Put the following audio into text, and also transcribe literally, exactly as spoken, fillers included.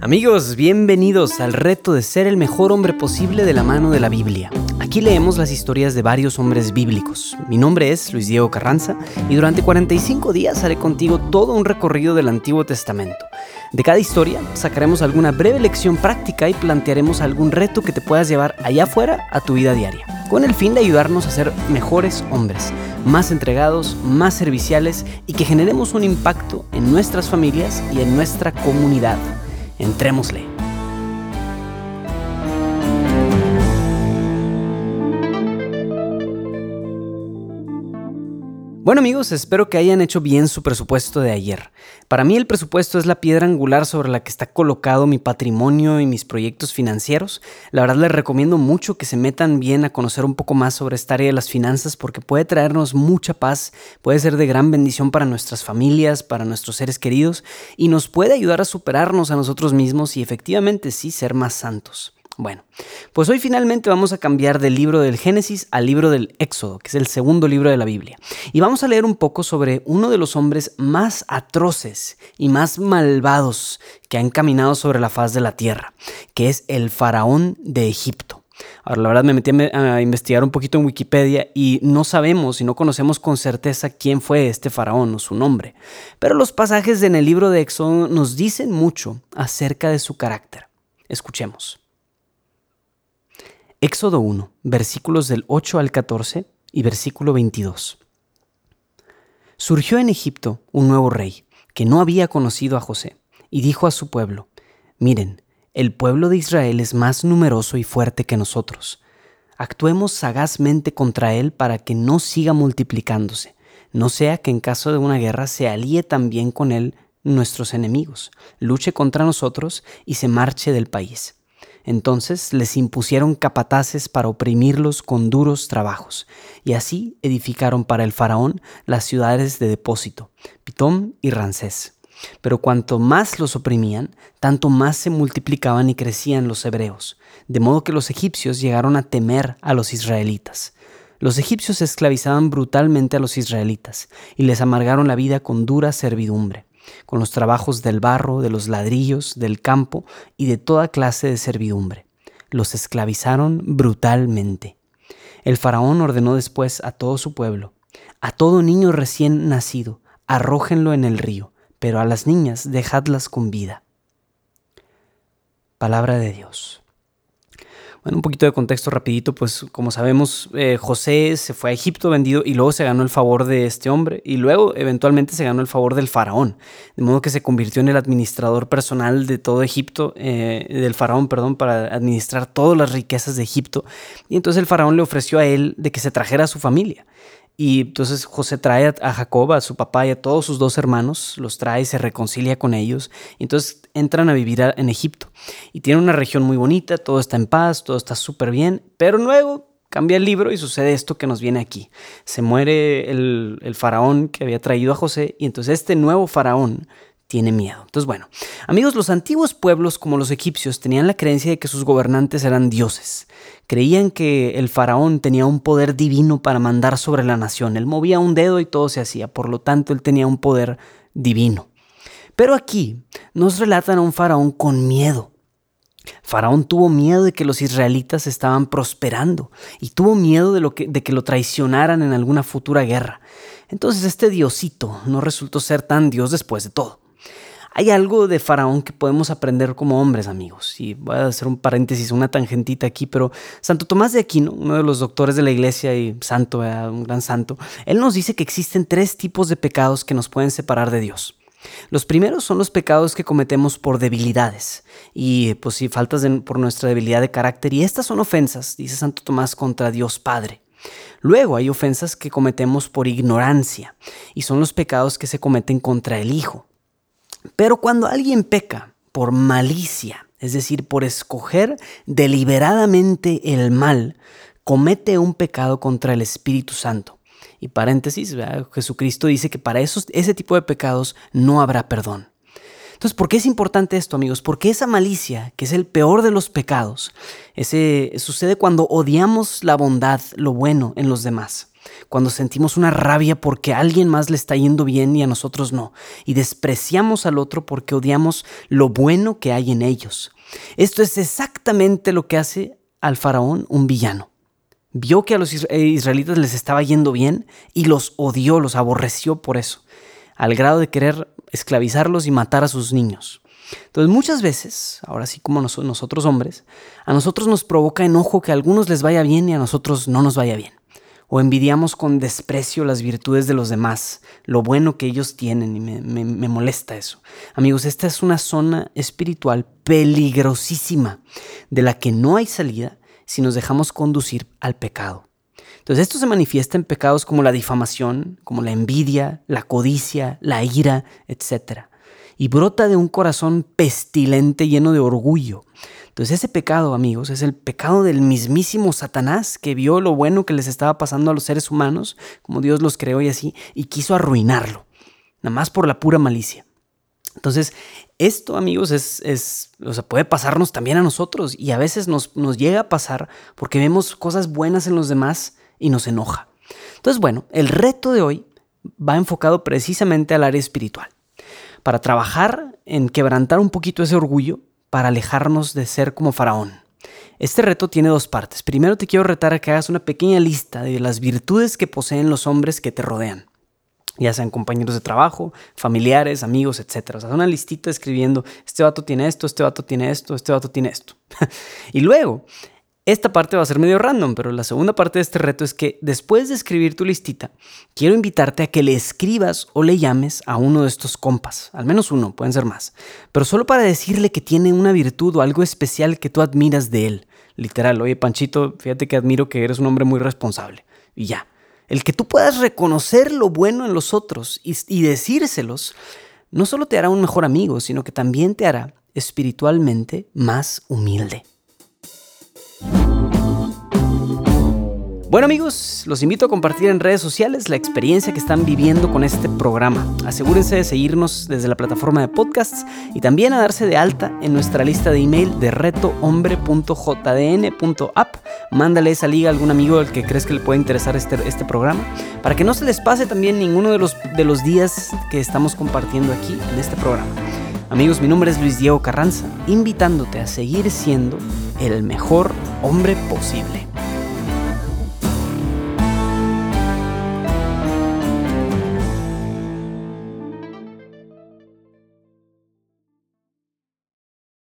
Amigos, bienvenidos al reto de ser el mejor hombre posible de la mano de la Biblia. Aquí leemos las historias de varios hombres bíblicos. Mi nombre es Luis Diego Carranza y durante cuarenta y cinco días haré contigo todo un recorrido del Antiguo Testamento. De cada historia sacaremos alguna breve lección práctica y plantearemos algún reto que te puedas llevar allá afuera a tu vida diaria, con el fin de ayudarnos a ser mejores hombres, más entregados, más serviciales y que generemos un impacto en nuestras familias y en nuestra comunidad. Entrémosle. Bueno amigos, espero que hayan hecho bien su presupuesto de ayer. Para mí el presupuesto es la piedra angular sobre la que está colocado mi patrimonio y mis proyectos financieros. La verdad les recomiendo mucho que se metan bien a conocer un poco más sobre esta área de las finanzas porque puede traernos mucha paz, puede ser de gran bendición para nuestras familias, para nuestros seres queridos y nos puede ayudar a superarnos a nosotros mismos y efectivamente sí ser más santos. Bueno, pues hoy finalmente vamos a cambiar del libro del Génesis al libro del Éxodo, que es el segundo libro de la Biblia. Y vamos a leer un poco sobre uno de los hombres más atroces y más malvados que han caminado sobre la faz de la tierra, que es el faraón de Egipto. Ahora, la verdad me metí a investigar un poquito en Wikipedia y no sabemos y no conocemos con certeza quién fue este faraón o su nombre. Pero los pasajes en el libro de Éxodo nos dicen mucho acerca de su carácter. Escuchemos. Éxodo uno, versículos del ocho al catorce y versículo veintidós. Surgió en Egipto un nuevo rey que no había conocido a José y dijo a su pueblo: miren, el pueblo de Israel es más numeroso y fuerte que nosotros. Actuemos sagazmente contra él para que no siga multiplicándose, no sea que en caso de una guerra se alíe también con él nuestros enemigos, luche contra nosotros y se marche del país. Entonces les impusieron capataces para oprimirlos con duros trabajos, y así edificaron para el faraón las ciudades de depósito, Pitón y Ramsés. Pero cuanto más los oprimían, tanto más se multiplicaban y crecían los hebreos, de modo que los egipcios llegaron a temer a los israelitas. Los egipcios esclavizaban brutalmente a los israelitas y les amargaron la vida con dura servidumbre, con los trabajos del barro, de los ladrillos, del campo y de toda clase de servidumbre. Los esclavizaron brutalmente. El faraón ordenó después a todo su pueblo: a todo niño recién nacido, arrójenlo en el río, pero a las niñas dejadlas con vida. Palabra de Dios. Bueno, un poquito de contexto rapidito, pues como sabemos, eh, José se fue a Egipto vendido y luego se ganó el favor de este hombre y luego eventualmente se ganó el favor del faraón, de modo que se convirtió en el administrador personal de todo Egipto, eh, del faraón, perdón, para administrar todas las riquezas de Egipto. Y entonces el faraón le ofreció a él de que se trajera a su familia. Y entonces José trae a Jacob, a su papá y a todos sus dos hermanos, los trae y se reconcilia con ellos. Y entonces entran a vivir en Egipto. Y tienen una región muy bonita, todo está en paz, todo está súper bien. Pero luego cambia el libro y sucede esto que nos viene aquí. Se muere el, el faraón que había traído a José y entonces este nuevo faraón tiene miedo. Entonces, bueno, amigos, los antiguos pueblos como los egipcios tenían la creencia de que sus gobernantes eran dioses. Creían que el faraón tenía un poder divino para mandar sobre la nación. Él movía un dedo y todo se hacía, por lo tanto, él tenía un poder divino. Pero aquí nos relatan a un faraón con miedo. Faraón tuvo miedo de que los israelitas estaban prosperando y tuvo miedo de, lo que, de que lo traicionaran en alguna futura guerra. Entonces este diosito no resultó ser tan dios después de todo. Hay algo de Faraón que podemos aprender como hombres, amigos. Y voy a hacer un paréntesis, una tangentita aquí, pero Santo Tomás de Aquino, uno de los doctores de la iglesia y santo, ¿verdad? Un gran santo, él nos dice que existen tres tipos de pecados que nos pueden separar de Dios. Los primeros son los pecados que cometemos por debilidades y pues sí, faltas de, por nuestra debilidad de carácter. Y estas son ofensas, dice Santo Tomás, contra Dios Padre. Luego hay ofensas que cometemos por ignorancia y son los pecados que se cometen contra el Hijo. Pero cuando alguien peca por malicia, es decir, por escoger deliberadamente el mal, comete un pecado contra el Espíritu Santo. Y paréntesis, ¿verdad? Jesucristo dice que para esos, ese tipo de pecados no habrá perdón. Entonces, ¿por qué es importante esto, amigos? Porque esa malicia, que es el peor de los pecados, ese, sucede cuando odiamos la bondad, lo bueno en los demás. cuando sentimos una rabia porque a alguien más le está yendo bien y a nosotros no, y despreciamos al otro porque odiamos lo bueno que hay en ellos. Esto es exactamente lo que hace al faraón un villano. Vio que a los israelitas les estaba yendo bien y los odió, los aborreció por eso, al grado de querer esclavizarlos y matar a sus niños. Entonces muchas veces, ahora sí como nos, nosotros hombres, a nosotros nos provoca enojo que a algunos les vaya bien y a nosotros no nos vaya bien. O envidiamos con desprecio las virtudes de los demás, lo bueno que ellos tienen, y me, me, me molesta eso. Amigos, esta es una zona espiritual peligrosísima, de la que no hay salida si nos dejamos conducir al pecado. Entonces esto se manifiesta en pecados como la difamación, como la envidia, la codicia, la ira, etcétera. Y brota de un corazón pestilente lleno de orgullo. Entonces ese pecado, amigos, es el pecado del mismísimo Satanás, que vio lo bueno que les estaba pasando a los seres humanos, como Dios los creó y así, y quiso arruinarlo, nada más por la pura malicia. Entonces esto, amigos, es, es, o sea, puede pasarnos también a nosotros, y a veces nos, nos llega a pasar porque vemos cosas buenas en los demás y nos enoja. Entonces, bueno, el reto de hoy va enfocado precisamente al área espiritual, para trabajar en quebrantar un poquito ese orgullo, para alejarnos de ser como Faraón. Este reto tiene dos partes. Primero te quiero retar a que hagas una pequeña lista de las virtudes que poseen los hombres que te rodean, ya sean compañeros de trabajo, familiares, amigos, etcétera. O sea, una listita escribiendo, este vato tiene esto, este vato tiene esto, este vato tiene esto. Y luego, esta parte va a ser medio random, pero la segunda parte de este reto es que después de escribir tu listita, quiero invitarte a que le escribas o le llames a uno de estos compas, al menos uno, pueden ser más, pero solo para decirle que tiene una virtud o algo especial que tú admiras de él. Literal, oye Panchito, fíjate que admiro que eres un hombre muy responsable. Y ya, el que tú puedas reconocer lo bueno en los otros y, y decírselos, no solo te hará un mejor amigo, sino que también te hará espiritualmente más humilde. Bueno amigos, los invito a compartir en redes sociales la experiencia que están viviendo con este programa. Asegúrense de seguirnos desde la plataforma de podcasts y también a darse de alta en nuestra lista de email de reto hombre punto j d n punto app. Mándale esa liga a algún amigo al que crees que le puede interesar este, este programa, para que no se les pase también ninguno de los, de los días que estamos compartiendo aquí en este programa. Amigos, mi nombre es Luis Diego Carranza, invitándote a seguir siendo el mejor hombre posible.